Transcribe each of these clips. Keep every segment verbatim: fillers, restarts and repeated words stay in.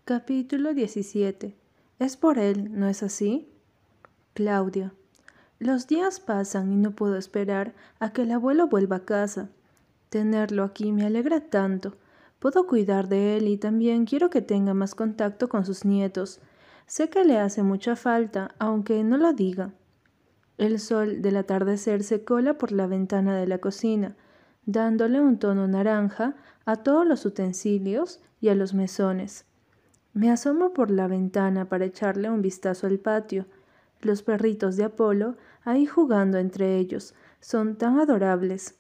Capítulo diecisiete. Es por él, ¿no es así? Claudia. Los días pasan y no puedo esperar a que el abuelo vuelva a casa. Tenerlo aquí me alegra tanto. Puedo cuidar de él y también quiero que tenga más contacto con sus nietos. Sé que le hace mucha falta, aunque no lo diga. El sol del atardecer se cola por la ventana de la cocina, dándole un tono naranja a todos los utensilios y a los mesones. Me asomo por la ventana para echarle un vistazo al patio. Los perritos de Apolo, ahí jugando entre ellos, son tan adorables.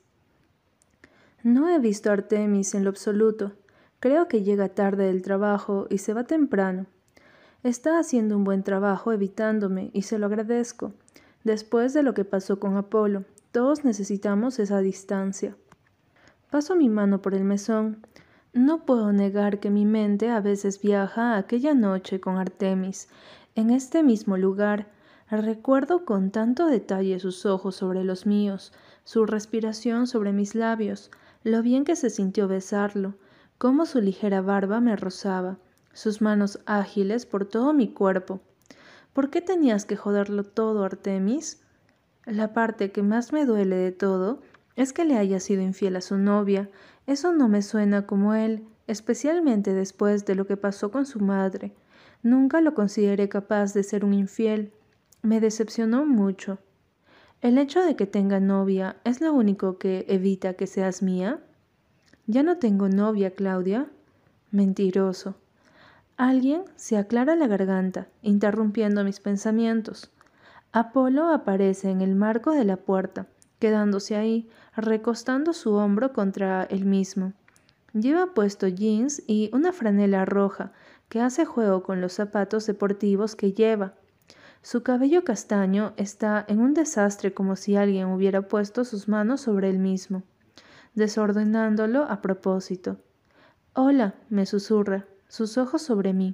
No he visto a Artemis en lo absoluto. Creo que llega tarde del trabajo y se va temprano. Está haciendo un buen trabajo evitándome y se lo agradezco. Después de lo que pasó con Apolo, todos necesitamos esa distancia. Paso mi mano por el mesón. No puedo negar que mi mente a veces viaja a aquella noche con Artemis, en este mismo lugar. Recuerdo con tanto detalle sus ojos sobre los míos, su respiración sobre mis labios, lo bien que se sintió besarlo, cómo su ligera barba me rozaba, sus manos ágiles por todo mi cuerpo. ¿Por qué tenías que joderlo todo, Artemis? La parte que más me duele de todo es que le haya sido infiel a su novia. Eso no me suena como él, especialmente después de lo que pasó con su madre. Nunca lo consideré capaz de ser un infiel. Me decepcionó mucho. ¿El hecho de que tenga novia es lo único que evita que seas mía? Ya no tengo novia, Claudia. Mentiroso. Alguien se aclara la garganta, interrumpiendo mis pensamientos. Apolo aparece en el marco de la puerta, quedándose ahí, recostando su hombro contra él mismo. Lleva puesto jeans y una franela roja que hace juego con los zapatos deportivos que lleva. Su cabello castaño está en un desastre como si alguien hubiera puesto sus manos sobre él mismo, desordenándolo a propósito. «Hola», me susurra, sus ojos sobre mí.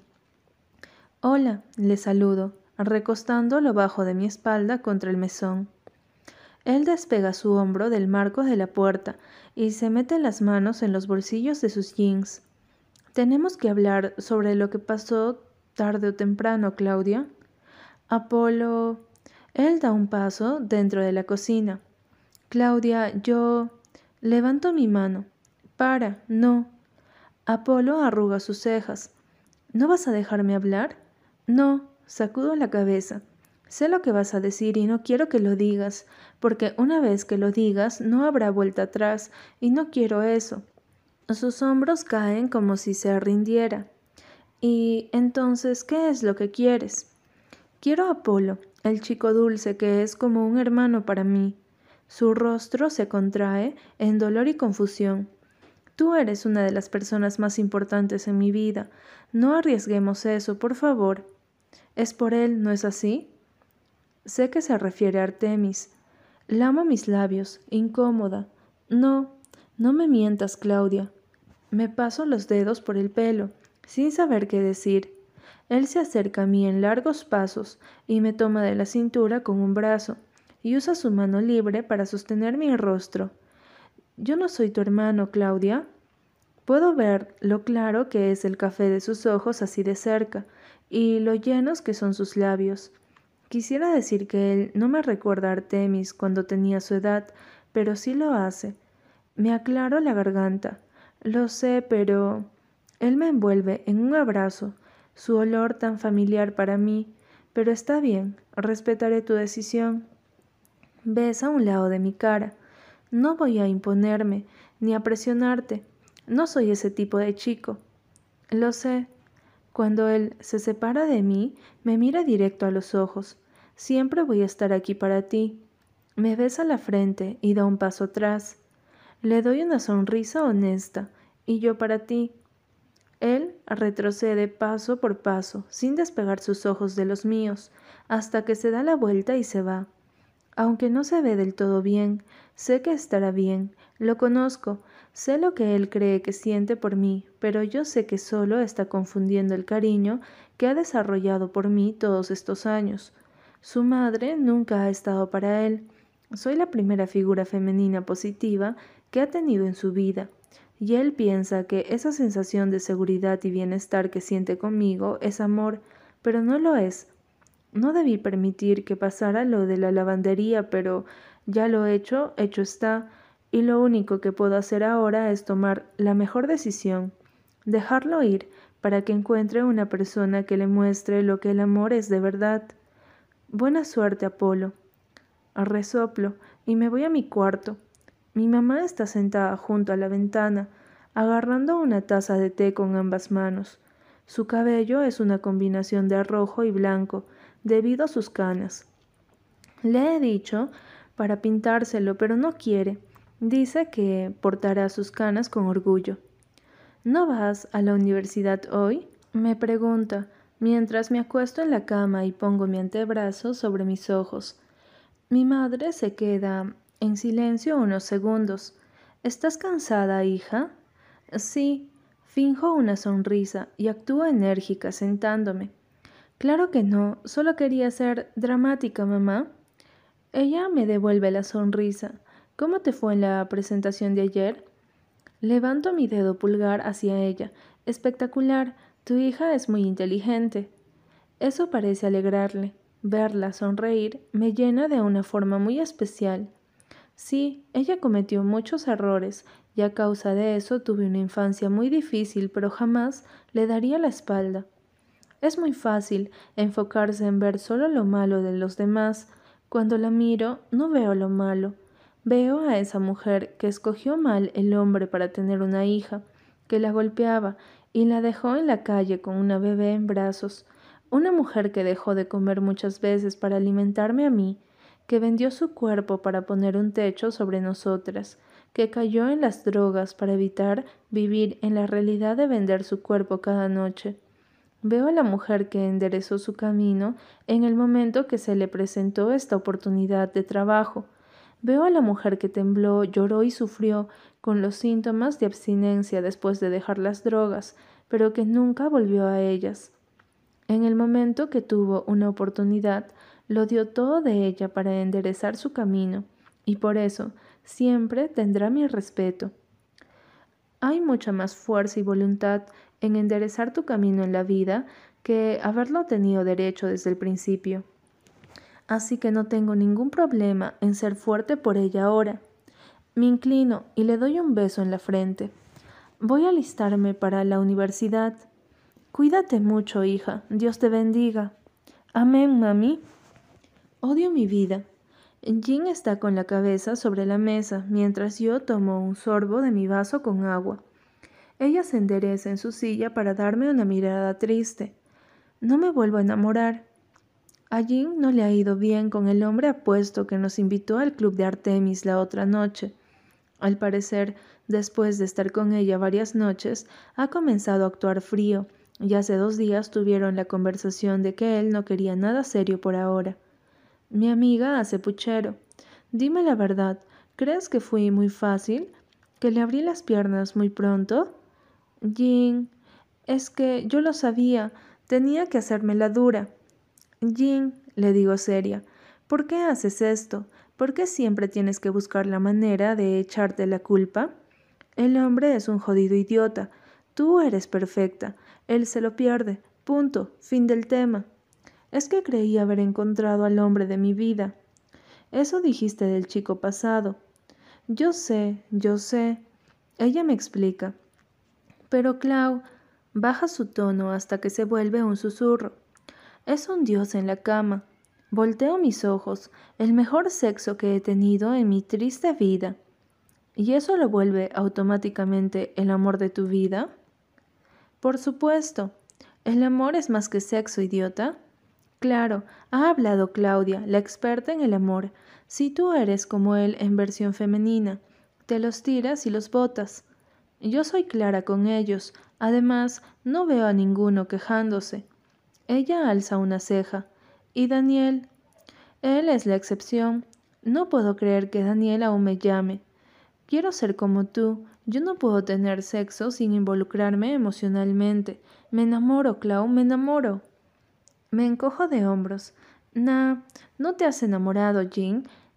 «Hola», le saludo, recostándolo bajo de mi espalda contra el mesón. Él despega su hombro del marco de la puerta y se mete las manos en los bolsillos de sus jeans. «Tenemos que hablar sobre lo que pasó tarde o temprano, Claudia». Apolo... Él da un paso dentro de la cocina. «Claudia, yo...» Levanto mi mano. «Para, no». Apolo arruga sus cejas. «¿No vas a dejarme hablar?» «No», sacudo la cabeza. «Sé lo que vas a decir y no quiero que lo digas, porque una vez que lo digas no habrá vuelta atrás y no quiero eso». Sus hombros caen como si se rindiera. «¿Y entonces qué es lo que quieres?» «Quiero a Apolo, el chico dulce que es como un hermano para mí». Su rostro se contrae en dolor y confusión. «Tú eres una de las personas más importantes en mi vida. No arriesguemos eso, por favor». «Es por él, ¿no es así?» Sé que se refiere a Artemis. Lamo mis labios, incómoda. «No, no me mientas, Claudia». Me paso los dedos por el pelo, sin saber qué decir. Él se acerca a mí en largos pasos y me toma de la cintura con un brazo y usa su mano libre para sostener mi rostro. «Yo no soy tu hermano, Claudia». Puedo ver lo claro que es el café de sus ojos así de cerca y lo llenos que son sus labios. Quisiera decir que él no me recuerda a Artemis cuando tenía su edad, pero sí lo hace. Me aclaro la garganta. Lo sé, pero... Él me envuelve en un abrazo, su olor tan familiar para mí, pero está bien, respetaré tu decisión. Besa un lado de mi cara. No voy a imponerme, ni a presionarte. No soy ese tipo de chico. Lo sé. Cuando él se separa de mí, me mira directo a los ojos. Siempre voy a estar aquí para ti. Me besa la frente y da un paso atrás. Le doy una sonrisa honesta, y yo para ti. Él retrocede paso por paso, sin despegar sus ojos de los míos, hasta que se da la vuelta y se va. Aunque no se ve del todo bien, sé que estará bien, lo conozco, sé lo que él cree que siente por mí, pero yo sé que solo está confundiendo el cariño que ha desarrollado por mí todos estos años. Su madre nunca ha estado para él. Soy la primera figura femenina positiva que ha tenido en su vida. y él piensa que esa sensación de seguridad y bienestar que siente conmigo es amor, pero no lo es. No debí permitir que pasara lo de la lavandería, pero ya lo hecho, hecho está, y lo único que puedo hacer ahora es tomar la mejor decisión, dejarlo ir para que encuentre una persona que le muestre lo que el amor es de verdad. Buena suerte, Apolo. Resoplo y me voy a mi cuarto. Mi mamá está sentada junto a la ventana, agarrando una taza de té con ambas manos. Su cabello es una combinación de rojo y blanco, debido a sus canas. Le he dicho para pintárselo, pero no quiere. Dice que portará sus canas con orgullo. ¿No vas a la universidad hoy?, me pregunta, mientras me acuesto en la cama y pongo mi antebrazo sobre mis ojos. Mi madre se queda en silencio unos segundos. ¿Estás cansada, hija? Sí. Finjo una sonrisa y actúo enérgica sentándome. Claro que no, solo quería ser dramática, mamá. Ella me devuelve la sonrisa. ¿Cómo te fue en la presentación de ayer? Levanto mi dedo pulgar hacia ella. Espectacular, tu hija es muy inteligente. Eso parece alegrarle. Verla sonreír me llena de una forma muy especial. Sí, ella cometió muchos errores y a causa de eso tuve una infancia muy difícil, pero jamás le daría la espalda. Es muy fácil enfocarse en ver solo lo malo de los demás. Cuando la miro, no veo lo malo. Veo a esa mujer que escogió mal el hombre para tener una hija, que la golpeaba y la dejó en la calle con una bebé en brazos. Una mujer que dejó de comer muchas veces para alimentarme a mí, que vendió su cuerpo para poner un techo sobre nosotras, que cayó en las drogas para evitar vivir en la realidad de vender su cuerpo cada noche. Veo a la mujer que enderezó su camino en el momento que se le presentó esta oportunidad de trabajo. Veo a la mujer que tembló, lloró y sufrió con los síntomas de abstinencia después de dejar las drogas, pero que nunca volvió a ellas. En el momento que tuvo una oportunidad, lo dio todo de ella para enderezar su camino, y por eso siempre tendrá mi respeto. Hay mucha más fuerza y voluntad en enderezar tu camino en la vida que haberlo tenido derecho desde el principio. Así que no tengo ningún problema en ser fuerte por ella ahora. Me inclino y le doy un beso en la frente. Voy a alistarme para la universidad. Cuídate mucho, hija. Dios te bendiga. Amén, mami. Odio mi vida. Jean está con la cabeza sobre la mesa mientras yo tomo un sorbo de mi vaso con agua. Ella se endereza en su silla para darme una mirada triste. No me vuelvo a enamorar. A Jean no le ha ido bien con el hombre apuesto que nos invitó al club de Artemis la otra noche. Al parecer, después de estar con ella varias noches, ha comenzado a actuar frío, y hace dos días tuvieron la conversación de que él no quería nada serio por ahora. Mi amiga hace puchero. Dime la verdad, ¿crees que fui muy fácil? ¿Que le abrí las piernas muy pronto? Jean, es que yo lo sabía, tenía que hacerme la dura. Jean, le digo seria, ¿por qué haces esto? ¿Por qué siempre tienes que buscar la manera de echarte la culpa? El hombre es un jodido idiota. Tú eres perfecta. Él se lo pierde. Punto. Fin del tema. Es que creí haber encontrado al hombre de mi vida. Eso dijiste del chico pasado. Yo sé, yo sé. Ella me explica. Pero Clau baja su tono hasta que se vuelve un susurro. Es un dios en la cama. Volteo mis ojos, el mejor sexo que he tenido en mi triste vida. ¿Y eso lo vuelve automáticamente el amor de tu vida? Por supuesto. ¿El amor es más que sexo, idiota? Claro, ha hablado Claudia, la experta en el amor. Si tú eres como él en versión femenina, te los tiras y los botas. Yo soy clara con ellos. Además, no veo a ninguno quejándose. Ella alza una ceja. ¿Y Daniel? Él es la excepción. No puedo creer que Daniel aún me llame. Quiero ser como tú. Yo no puedo tener sexo sin involucrarme emocionalmente. Me enamoro, Clau, me enamoro. Me encojo de hombros. Nah, no te has enamorado, Jean.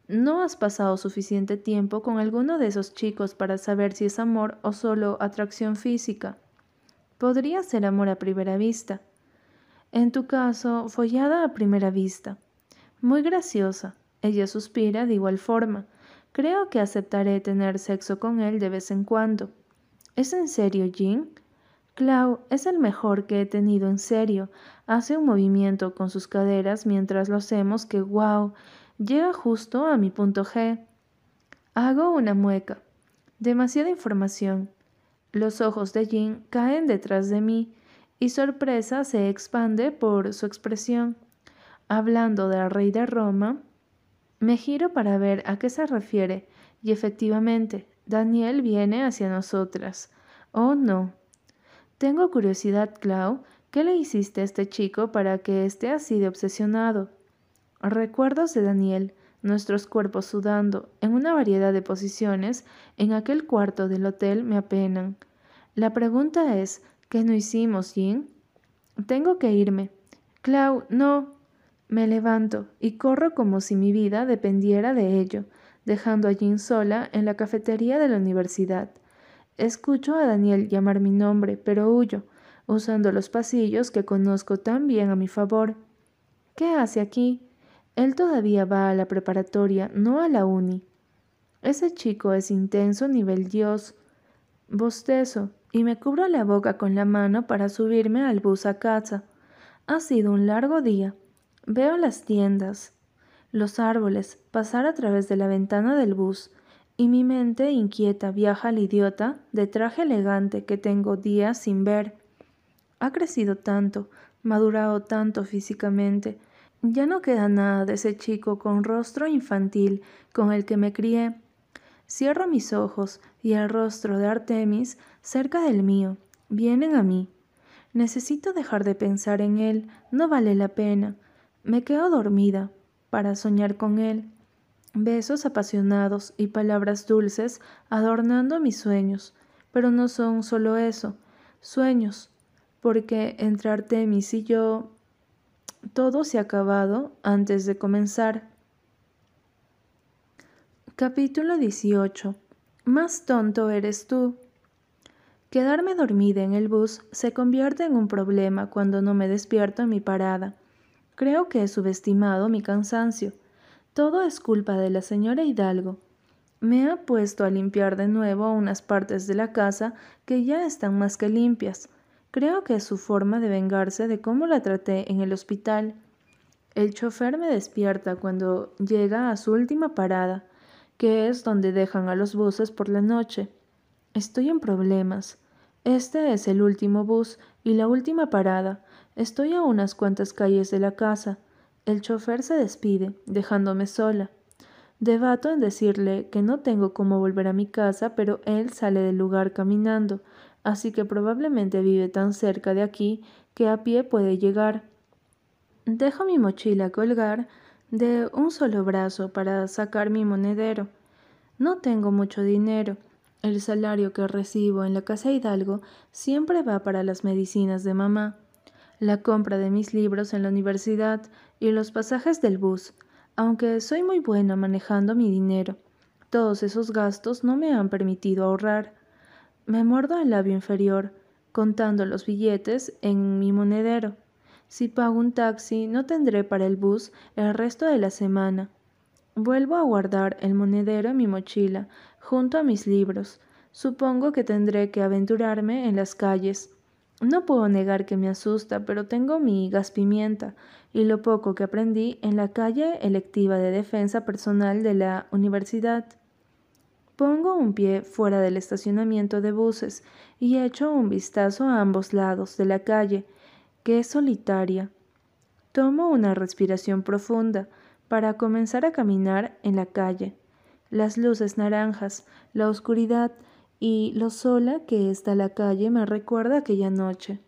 No has pasado suficiente tiempo con alguno de esos chicos para saber si es amor o solo atracción física. Podría ser amor a primera vista. En tu caso, follada a primera vista. Muy graciosa. Ella suspira de igual forma. Creo que aceptaré tener sexo con él de vez en cuando. ¿Es en serio, Jean? Clau es el mejor que he tenido en serio. Hace un movimiento con sus caderas mientras lo hacemos que, wow, llega justo a mi punto G. Hago una mueca. Demasiada información. Los ojos de Jean caen detrás de mí y sorpresa se expande por su expresión. Hablando del rey de Roma, me giro para ver a qué se refiere y efectivamente, Daniel viene hacia nosotras. Oh, no. Tengo curiosidad, Clau. ¿Qué le hiciste a este chico para que esté así de obsesionado? Recuerdos de Daniel, nuestros cuerpos sudando, en una variedad de posiciones, en aquel cuarto del hotel me apenan. La pregunta es, ¿qué no hicimos, Jean? Tengo que irme. Clau, no. Me levanto y corro como si mi vida dependiera de ello, dejando a Jean sola en la cafetería de la universidad. Escucho a Daniel llamar mi nombre, pero huyo, usando los pasillos que conozco tan bien a mi favor. ¿Qué hace aquí? Él todavía va a la preparatoria, no a la uni. Ese chico es intenso nivel Dios. Bostezo y me cubro la boca con la mano para subirme al bus a casa. Ha sido un largo día. Veo las tiendas, los árboles, pasar a través de la ventana del bus, y mi mente inquieta viaja al idiota de traje elegante que tengo días sin ver. Ha crecido tanto, madurado tanto físicamente. Ya no queda nada de ese chico con rostro infantil con el que me crié. Cierro mis ojos y el rostro de Artemis, cerca del mío, vienen a mí. Necesito dejar de pensar en él, no vale la pena. Me quedo dormida para soñar con él. Besos apasionados y palabras dulces adornando mis sueños, pero no son solo eso, sueños, porque entre Artemis y yo todo se ha acabado antes de comenzar. Capítulo dieciocho. Más tonto eres tú. Quedarme dormida en el bus se convierte en un problema cuando no me despierto en mi parada. Creo que he subestimado mi cansancio. Todo es culpa de la señora Hidalgo. Me ha puesto a limpiar de nuevo unas partes de la casa que ya están más que limpias. Creo que es su forma de vengarse de cómo la traté en el hospital. El chofer me despierta cuando llega a su última parada, que es donde dejan a los buses por la noche. Estoy en problemas. Este es el último bus y la última parada. Estoy a unas cuantas calles de la casa. El chofer se despide, dejándome sola. Debato en decirle que no tengo cómo volver a mi casa, pero él sale del lugar caminando, así que probablemente vive tan cerca de aquí que a pie puede llegar. Dejo mi mochila colgar de un solo brazo para sacar mi monedero. No tengo mucho dinero. El salario que recibo en la casa Hidalgo siempre va para las medicinas de mamá, la compra de mis libros en la universidad y los pasajes del bus, aunque soy muy buena manejando mi dinero. Todos esos gastos no me han permitido ahorrar. Me muerdo el labio inferior, contando los billetes en mi monedero. Si pago un taxi, no tendré para el bus el resto de la semana. Vuelvo a guardar el monedero en mi mochila, junto a mis libros. Supongo que tendré que aventurarme en las calles. No puedo negar que me asusta, pero tengo mi gas pimienta y lo poco que aprendí en la calle electiva de defensa personal de la universidad. Pongo un pie fuera del estacionamiento de buses y echo un vistazo a ambos lados de la calle, que es solitaria. Tomo una respiración profunda para comenzar a caminar en la calle. Las luces naranjas, la oscuridad y lo sola que está la calle me recuerda aquella noche.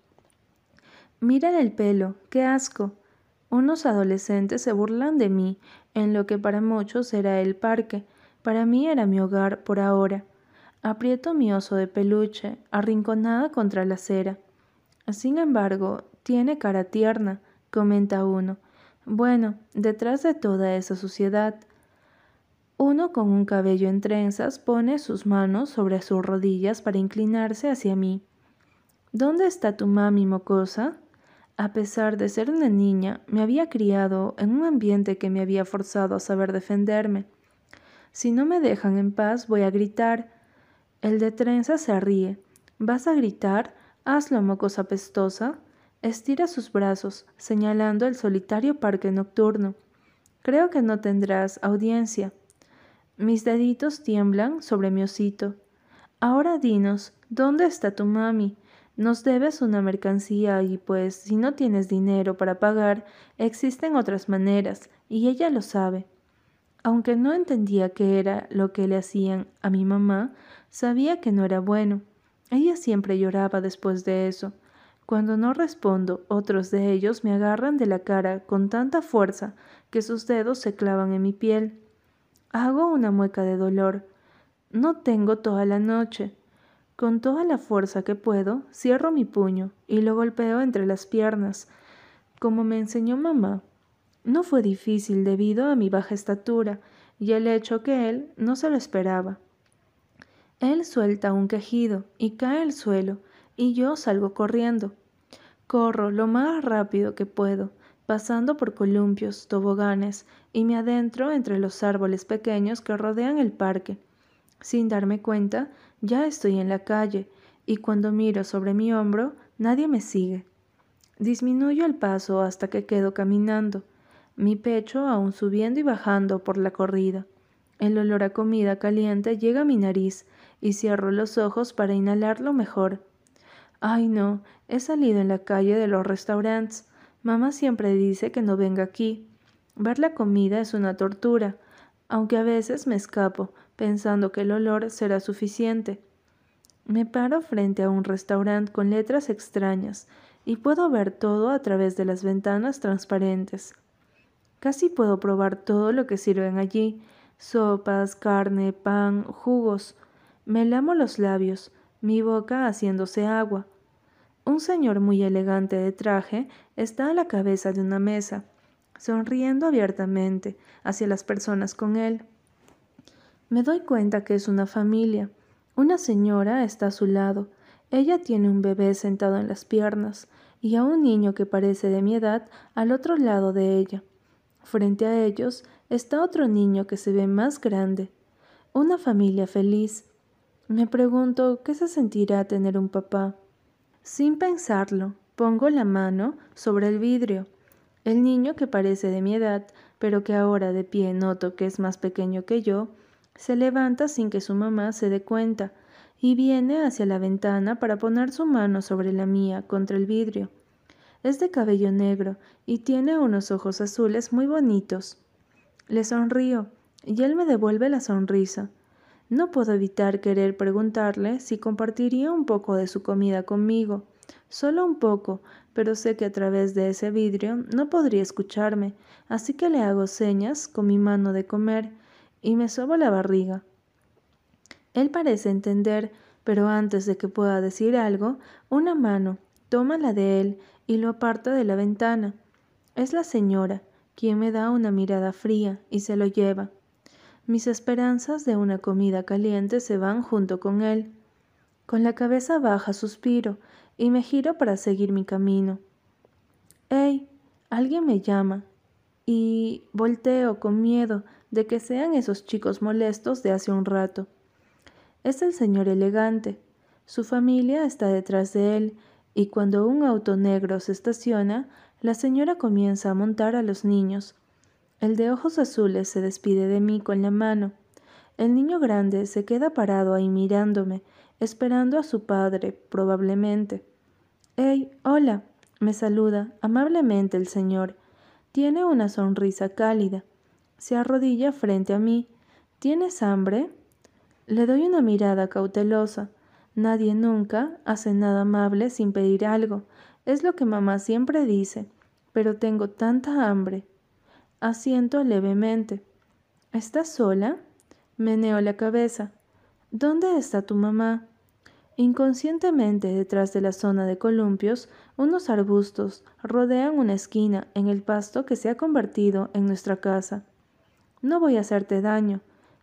Mira el pelo, qué asco. Unos adolescentes se burlan de mí en lo que para muchos era el parque. Para mí era mi hogar por ahora. Aprieto mi oso de peluche, arrinconada contra la acera. Sin embargo, tiene cara tierna, comenta uno. Bueno, detrás de toda esa suciedad. Uno con un cabello en trenzas pone sus manos sobre sus rodillas para inclinarse hacia mí. ¿Dónde está tu mami, mocosa? A pesar de ser una niña, me había criado en un ambiente que me había forzado a saber defenderme. Si no me dejan en paz, voy a gritar. El de trenzas se ríe. ¿Vas a gritar? Hazlo, mocosa pestosa. Estira sus brazos, señalando el solitario parque nocturno. Creo que no tendrás audiencia. Mis deditos tiemblan sobre mi osito. Ahora dinos, ¿dónde está tu mami? Nos debes una mercancía y pues si no tienes dinero para pagar, existen otras maneras, y ella lo sabe. Aunque no entendía qué era lo que le hacían a mi mamá, sabía que no era bueno. Ella siempre lloraba después de eso. Cuando no respondo, otros de ellos me agarran de la cara con tanta fuerza que sus dedos se clavan en mi piel. Hago una mueca de dolor. No tengo toda la noche. Con toda la fuerza que puedo, cierro mi puño y lo golpeo entre las piernas, como me enseñó mamá. No fue difícil debido a mi baja estatura y el hecho que él no se lo esperaba. Él suelta un quejido y cae al suelo, y yo salgo corriendo. Corro lo más rápido que puedo, pasando por columpios, toboganes, y me adentro entre los árboles pequeños que rodean el parque. Sin darme cuenta, ya estoy en la calle, y cuando miro sobre mi hombro, nadie me sigue. Disminuyo el paso hasta que quedo caminando, mi pecho aún subiendo y bajando por la corrida. El olor a comida caliente llega a mi nariz, y cierro los ojos para inhalarlo mejor. Ay no, he salido en la calle de los restaurantes. Mamá siempre dice que no venga aquí. Ver la comida es una tortura, aunque a veces me escapo, pensando que el olor será suficiente. Me paro frente a un restaurante con letras extrañas y puedo ver todo a través de las ventanas transparentes. Casi puedo probar todo lo que sirven allí: sopas, carne, pan, jugos. Me lamo los labios, mi boca haciéndose agua. Un señor muy elegante de traje está a la cabeza de una mesa, sonriendo abiertamente hacia las personas con él. Me doy cuenta que es una familia. Una señora está a su lado. Ella tiene un bebé sentado en las piernas y a un niño que parece de mi edad al otro lado de ella. Frente a ellos está otro niño que se ve más grande. Una familia feliz. Me pregunto qué se sentirá tener un papá. Sin pensarlo, pongo la mano sobre el vidrio. El niño, que parece de mi edad, pero que ahora de pie noto que es más pequeño que yo, se levanta sin que su mamá se dé cuenta y viene hacia la ventana para poner su mano sobre la mía contra el vidrio. Es de cabello negro y tiene unos ojos azules muy bonitos. Le sonrío y él me devuelve la sonrisa. No puedo evitar querer preguntarle si compartiría un poco de su comida conmigo. Solo un poco, pero sé que a través de ese vidrio no podría escucharme, así que le hago señas con mi mano de comer y me sobo la barriga. Él parece entender, pero antes de que pueda decir algo, una mano toma la de él y lo aparta de la ventana. Es la señora, quien me da una mirada fría y se lo lleva. Mis esperanzas de una comida caliente se van junto con él. Con la cabeza baja suspiro y me giro para seguir mi camino. ¡Ey! Alguien me llama y volteo con miedo de que sean esos chicos molestos de hace un rato. Es el señor elegante. Su familia está detrás de él y cuando un auto negro se estaciona, la señora comienza a montar a los niños. El de ojos azules se despide de mí con la mano. El niño grande se queda parado ahí mirándome, esperando a su padre, probablemente. «¡Hey, hola!», me saluda amablemente el señor. Tiene una sonrisa cálida. Se arrodilla frente a mí. «¿Tienes hambre?». Le doy una mirada cautelosa. Nadie nunca hace nada amable sin pedir algo. Es lo que mamá siempre dice. Pero tengo tanta hambre. Asiento levemente. ¿Estás sola? Meneo la cabeza. ¿Dónde está tu mamá? Inconscientemente, detrás de la zona de columpios, unos arbustos rodean una esquina en el pasto que se ha convertido en nuestra casa. No voy a hacerte daño.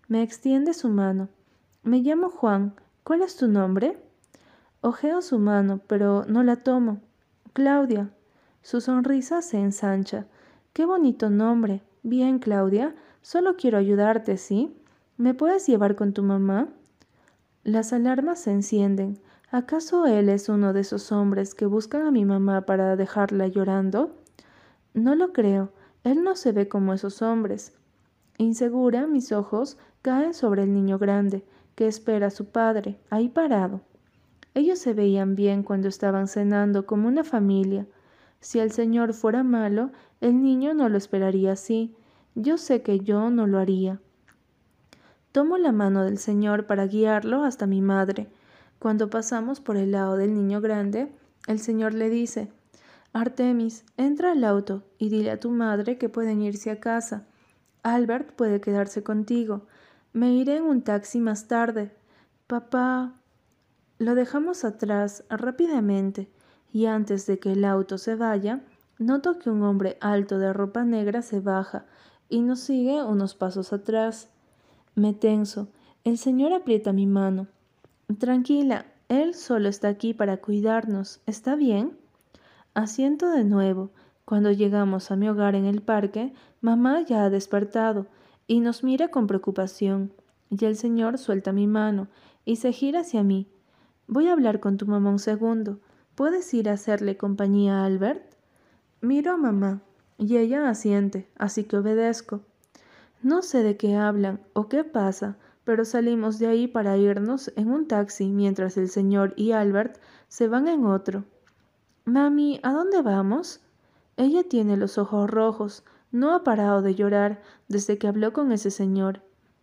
Me extiende su mano. Me llamo Juan. ¿Cuál es tu nombre? Ojeo su mano, pero no la tomo. Claudia. Su sonrisa se ensancha. ¡Qué bonito nombre! Bien, Claudia. Solo quiero ayudarte, ¿sí? ¿Me puedes llevar con tu mamá? Las alarmas se encienden. ¿Acaso él es uno de esos hombres que buscan a mi mamá para dejarla llorando? No lo creo. Él no se ve como esos hombres. Insegura, mis ojos caen sobre el niño grande, que espera a su padre, ahí parado. Ellos se veían bien cuando estaban cenando como una familia. Si el señor fuera malo, el niño no lo esperaría así. Yo sé que yo no lo haría. Tomo la mano del señor para guiarlo hasta mi madre. Cuando pasamos por el lado del niño grande, el señor le dice: Artemis, entra al auto y dile a tu madre que pueden irse a casa. Albert puede quedarse contigo. Me iré en un taxi más tarde. Papá. Lo dejamos atrás rápidamente y antes de que el auto se vaya, noto que un hombre alto de ropa negra se baja y nos sigue unos pasos atrás. Me tenso. El señor aprieta mi mano. Tranquila, él solo está aquí para cuidarnos. ¿Está bien? Asiento de nuevo. Cuando llegamos a mi hogar en el parque, mamá ya ha despertado y nos mira con preocupación. Y el señor suelta mi mano y se gira hacia mí. Voy a hablar con tu mamá un segundo. ¿Puedes ir a hacerle compañía a Albert? Miro a mamá y ella asiente, así que obedezco. No sé de qué hablan o qué pasa, pero salimos de ahí para irnos en un taxi mientras el señor y Albert se van en otro. Mami, ¿a dónde vamos? Ella tiene los ojos rojos, no ha parado de llorar desde que habló con ese señor.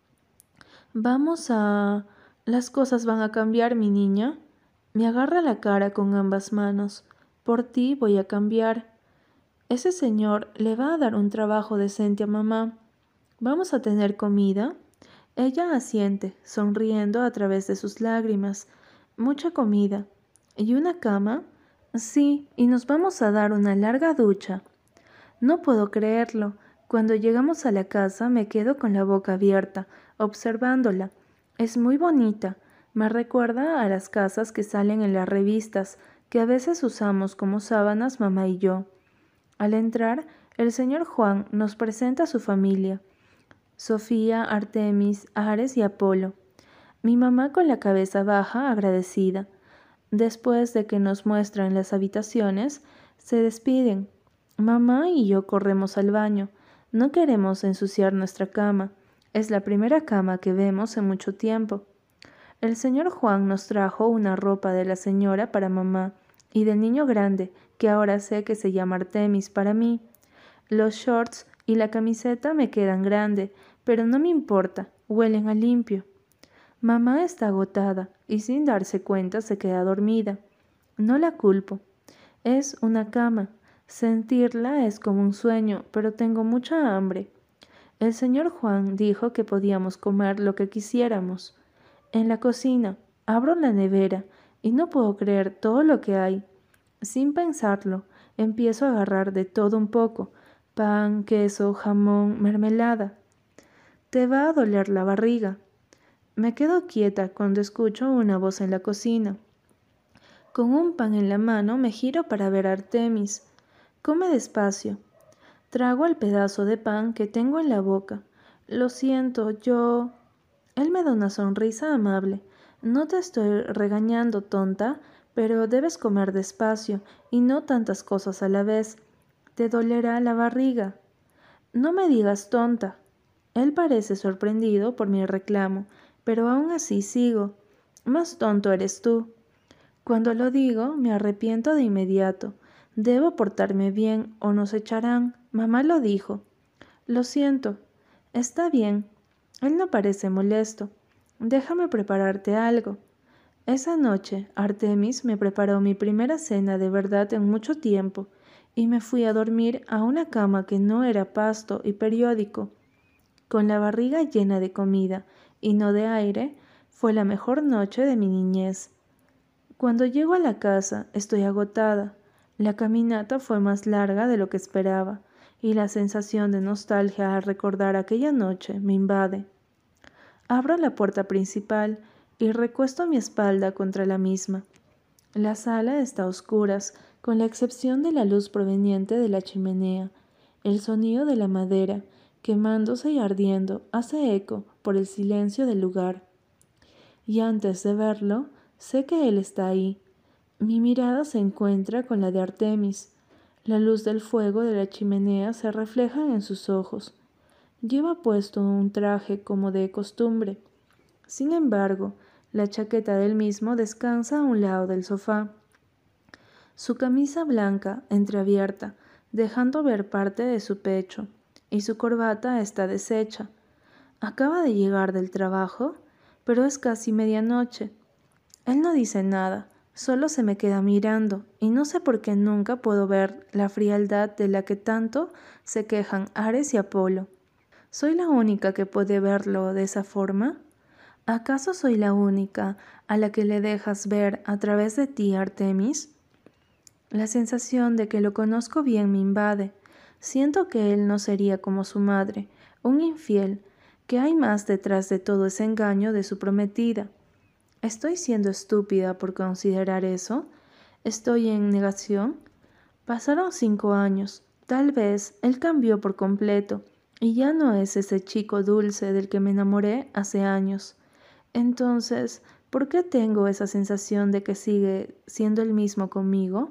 Vamos a... Las cosas van a cambiar, mi niña. Me agarra la cara con ambas manos. Por ti voy a cambiar. Ese señor le va a dar un trabajo decente a mamá. ¿Vamos a tener comida? Ella asiente, sonriendo a través de sus lágrimas. Mucha comida. ¿Y una cama? Sí, y nos vamos a dar una larga ducha. No puedo creerlo. Cuando llegamos a la casa me quedo con la boca abierta, observándola. Es muy bonita. Me recuerda a las casas que salen en las revistas, que a veces usamos como sábanas mamá y yo. Al entrar, el señor Juan nos presenta a su familia: Sofía, Artemis, Ares y Apolo. Mi mamá con la cabeza baja, agradecida. Después de que nos muestran las habitaciones, se despiden. Mamá y yo corremos al baño. No queremos ensuciar nuestra cama. Es la primera cama que vemos en mucho tiempo. El señor Juan nos trajo una ropa de la señora para mamá y del niño grande, que ahora sé que se llama Artemis, para mí. Los shorts y la camiseta me quedan grande, pero no me importa, huelen a limpio. Mamá está agotada y sin darse cuenta se queda dormida. No la culpo. Es una cama. Sentirla es como un sueño, pero tengo mucha hambre. El señor Juan dijo que podíamos comer lo que quisiéramos. En la cocina, abro la nevera y no puedo creer todo lo que hay. Sin pensarlo, empiezo a agarrar de todo un poco: pan, queso, jamón, mermelada. Te va a doler la barriga. Me quedo quieta cuando escucho una voz en la cocina. Con un pan en la mano me giro para ver a Artemis. Come despacio. Trago el pedazo de pan que tengo en la boca. Lo siento, yo... Él me da una sonrisa amable. No te estoy regañando, tonta, pero debes comer despacio y no tantas cosas a la vez. Te dolerá la barriga. No me digas tonta. Él parece sorprendido por mi reclamo, pero aún así sigo. Más tonto eres tú. Cuando lo digo, me arrepiento de inmediato. Debo portarme bien o nos echarán. Mamá lo dijo. Lo siento. Está bien. Él no parece molesto. Déjame prepararte algo. Esa noche, Artemis me preparó mi primera cena de verdad en mucho tiempo, y me fui a dormir a una cama que no era pasto y periódico. Con la barriga llena de comida y no de aire, fue la mejor noche de mi niñez. Cuando llego a la casa, estoy agotada. La caminata fue más larga de lo que esperaba, y la sensación de nostalgia al recordar aquella noche me invade. Abro la puerta principal y recuesto mi espalda contra la misma. La sala está a oscuras, con la excepción de la luz proveniente de la chimenea. El sonido de la madera, quemándose y ardiendo, hace eco por el silencio del lugar. Y antes de verlo, sé que él está ahí. Mi mirada se encuentra con la de Artemis. La luz del fuego de la chimenea se refleja en sus ojos. Lleva puesto un traje como de costumbre. Sin embargo, la chaqueta del mismo descansa a un lado del sofá. Su camisa blanca entreabierta, dejando ver parte de su pecho, y su corbata está deshecha. Acaba de llegar del trabajo, pero es casi medianoche. Él no dice nada, solo se me queda mirando, y no sé por qué nunca puedo ver la frialdad de la que tanto se quejan Ares y Apolo. ¿Soy la única que puede verlo de esa forma? ¿Acaso soy la única a la que le dejas ver a través de ti, Artemis? La sensación de que lo conozco bien me invade. Siento que él no sería como su madre, un infiel, que hay más detrás de todo ese engaño de su prometida. ¿Estoy siendo estúpida por considerar eso? ¿Estoy en negación? Pasaron cinco años. Tal vez él cambió por completo, y ya no es ese chico dulce del que me enamoré hace años. Entonces, ¿por qué tengo esa sensación de que sigue siendo el mismo conmigo?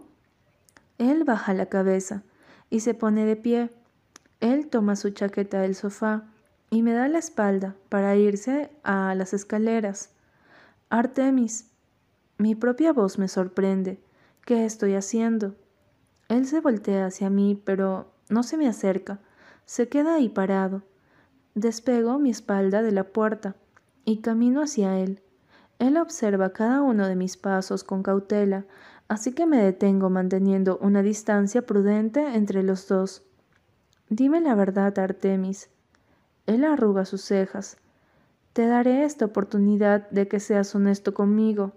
Él baja la cabeza y se pone de pie. Él toma su chaqueta del sofá y me da la espalda para irse a las escaleras. Artemis, mi propia voz me sorprende. ¿Qué estoy haciendo? Él se voltea hacia mí, pero no se me acerca. Se queda ahí parado. Despego mi espalda de la puerta y camino hacia él. Él observa cada uno de mis pasos con cautela, así que me detengo manteniendo una distancia prudente entre los dos. Dime la verdad, Artemis. Él arruga sus cejas. Te daré esta oportunidad de que seas honesto conmigo.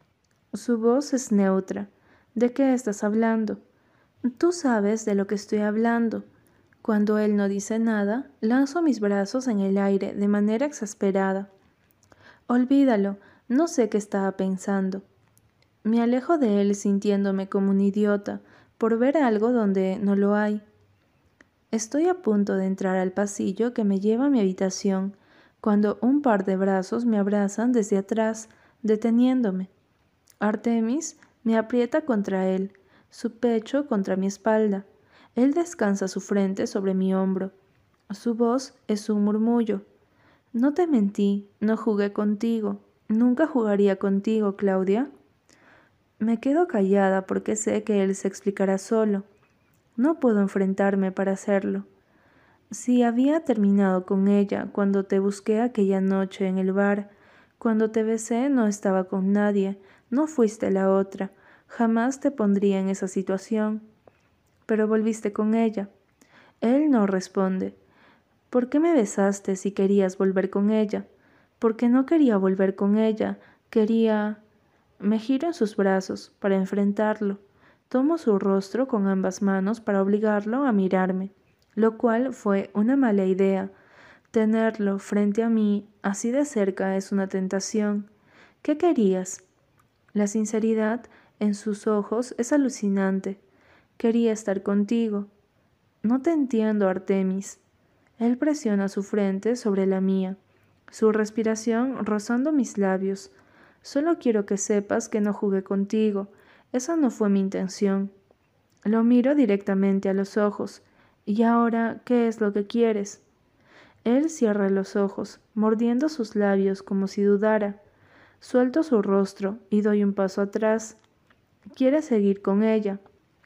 Su voz es neutra. ¿De qué estás hablando? Tú sabes de lo que estoy hablando. Cuando él no dice nada, lanzo mis brazos en el aire de manera exasperada. Olvídalo, no sé qué estaba pensando. Me alejo de él sintiéndome como un idiota por ver algo donde no lo hay. Estoy a punto de entrar al pasillo que me lleva a mi habitación, cuando un par de brazos me abrazan desde atrás, deteniéndome. Artemis me aprieta contra él, su pecho contra mi espalda. Él descansa su frente sobre mi hombro. Su voz es un murmullo. No te mentí, no jugué contigo. Nunca jugaría contigo, Claudia. Me quedo callada porque sé que él se explicará solo. No puedo enfrentarme para hacerlo. Si había terminado con ella cuando te busqué aquella noche en el bar, cuando te besé no estaba con nadie, no fuiste la otra, jamás te pondría en esa situación. Pero volviste con ella. Él no responde. ¿Por qué me besaste si querías volver con ella? Porque no quería volver con ella, quería... Me giro en sus brazos para enfrentarlo. Tomo su rostro con ambas manos para obligarlo a mirarme, lo cual fue una mala idea. Tenerlo frente a mí así de cerca es una tentación. ¿Qué querías? La sinceridad en sus ojos es alucinante. Quería estar contigo. No te entiendo, Artemis. Él presiona su frente sobre la mía, su respiración rozando mis labios. Solo quiero que sepas que no jugué contigo. Esa no fue mi intención. Lo miro directamente a los ojos. ¿Y ahora qué es lo que quieres? Él cierra los ojos, mordiendo sus labios como si dudara. Suelto su rostro y doy un paso atrás. Quiere seguir con ella.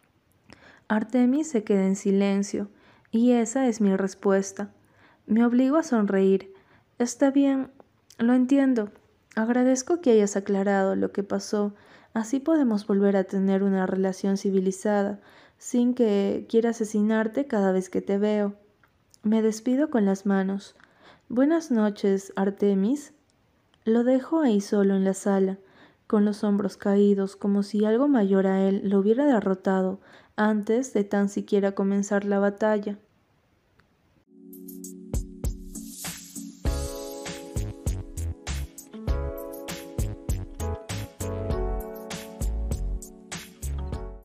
Artemis se queda en silencio, y esa es mi respuesta. Me obligo a sonreír. Está bien, lo entiendo. Agradezco que hayas aclarado lo que pasó. Así podemos volver a tener una relación civilizada, sin que quiera asesinarte cada vez que te veo. Me despido con las manos. Buenas noches, Artemis. Lo dejo ahí solo en la sala, con los hombros caídos, como si algo mayor a él lo hubiera derrotado antes de tan siquiera comenzar la batalla.